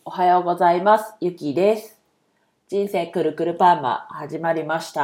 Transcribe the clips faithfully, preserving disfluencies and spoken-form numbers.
おはようございます。ゆきです。人生くるくるパーマ始まりました。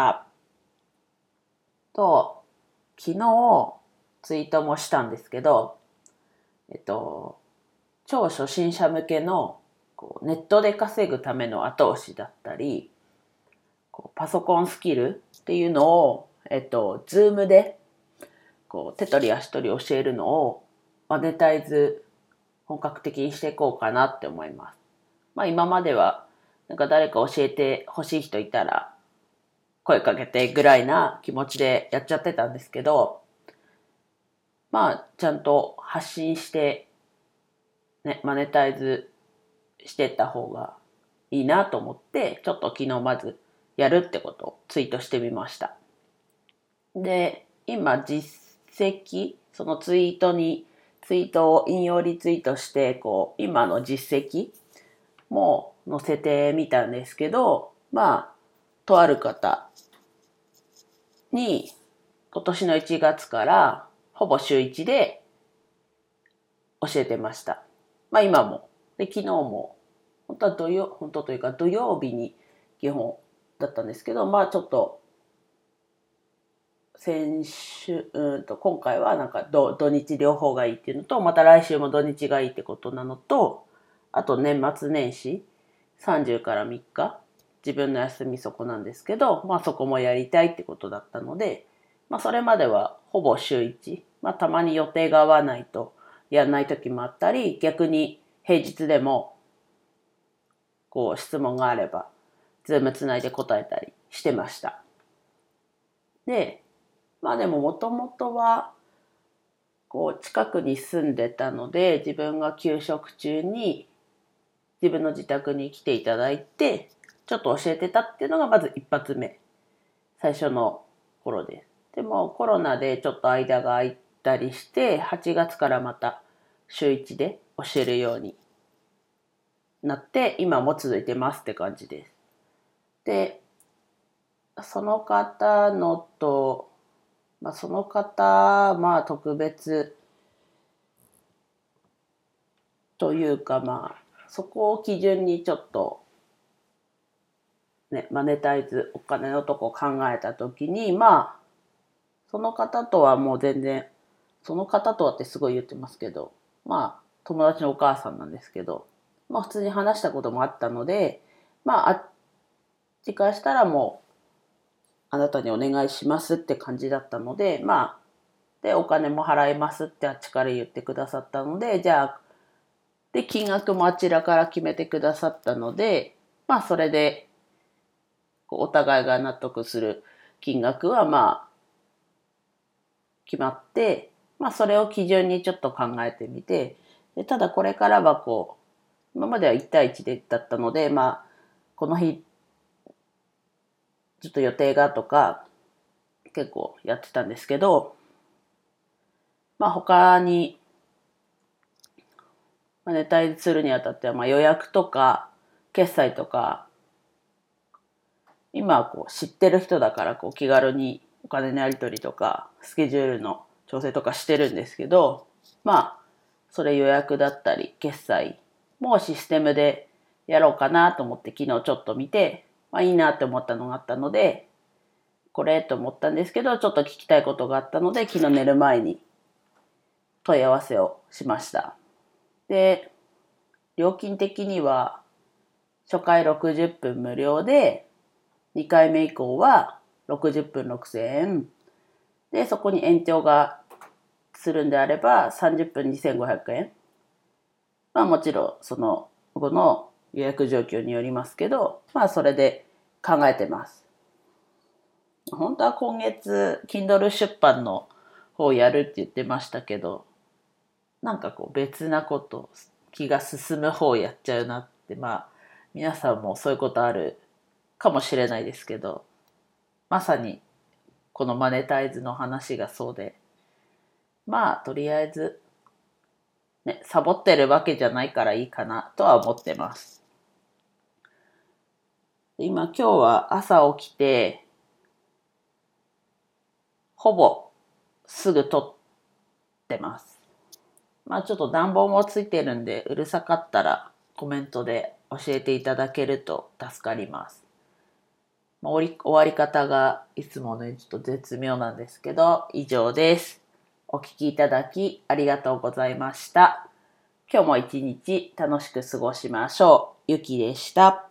と、昨日ツイートもしたんですけど、えっと、超初心者向けのこうネットで稼ぐための後押しだったり、こうパソコンスキルっていうのを、えっと、ズームでこう手取り足取り教えるのをマネタイズ本格的にしていこうかなって思います。まあ今まではなんか誰か教えてほしい人いたら声かけてぐらいな気持ちでやっちゃってたんですけど、まあちゃんと発信してね、マネタイズしてった方がいいなと思って、ちょっと昨日まずやるってことをツイートしてみました。で、今実績、そのツイートに、ツイートを引用リツイートして、こう、今の実績も載せてみたんですけど、まあ、とある方に今年のいちがつからほぼ週いちで教えてました。まあ今も。で、昨日も、本当は土曜、本当というか土曜日に基本だったんですけど、まあちょっと、先週、うんと、今回はなんか土土日両方がいいっていうのと、また来週も土日がいいってことなのと、あと年末年始、さんじゅうからみっか、自分の休みそこなんですけど、まあそこもやりたいってことだったので、まあそれまではほぼ週いち、まあたまに予定が合わないとやんない時もあったり、逆に平日でもこう質問があれば、ズームつないで答えたりしてました。で、まあでももともとは、こう近くに住んでたので、自分が休職中に自分の自宅に来ていただいて、ちょっと教えてたっていうのがまず一発目。最初の頃です。でもコロナでちょっと間が空いたりして、はちがつからまた週いちで教えるようになって、今も続いてますって感じです。で、その方のと、まあ、その方、まあ特別というか、まあ、そこを基準にちょっと、ね、マネタイズ、お金のとこ考えたときに、まあ、その方とはもう全然、その方とはってすごい言ってますけど、まあ、友達のお母さんなんですけど、まあ普通に話したこともあったので、まあ、あっちからしたらもう、あなたにお願いしますって感じだったので、まあ、で、お金も払いますってあっちから言ってくださったので、じゃあ、で、金額もあちらから決めてくださったので、まあ、それで、お互いが納得する金額は、まあ、決まって、まあ、それを基準にちょっと考えてみて、でただこれからはこう、今まではいち対いちでだったので、まあ、この日、ちょっと予定がとか、結構やってたんですけど、まあ、他に、マネタイズするにあたっては、まあ、予約とか、決済とか、今はこう知ってる人だからこう気軽にお金のやり取りとかスケジュールの調整とかしてるんですけど、まあそれ予約だったり決済もシステムでやろうかなと思って昨日ちょっと見て、まあいいなって思ったのがあったので、これと思ったんですけど、ちょっと聞きたいことがあったので昨日寝る前に問い合わせをしました。で、料金的には初回ろくじゅっぷん無料で、にかいめ以降はろくじゅっぷんろくせんえん。で、そこに延長がするんであればさんじゅっぷんにせんごひゃくえん。まあもちろんその後の予約状況によりますけど、まあそれで考えてます。本当は今月 Kindle 出版の方をやるって言ってましたけど、なんかこう別なこと気が進む方をやっちゃうなって、まあ皆さんもそういうことあるかもしれないですけど、まさにこのマネタイズの話がそうで、まあとりあえず、ね、サボってるわけじゃないからいいかなとは思ってます。今今日は朝起きて、ほぼすぐ撮ってます。まあちょっと暖房もついてるんでうるさかったらコメントで教えていただけると助かります。まあ、終わり方がいつもね、ちょっと絶妙なんですけど、以上です。お聞きいただきありがとうございました。今日も一日楽しく過ごしましょう。ゆきでした。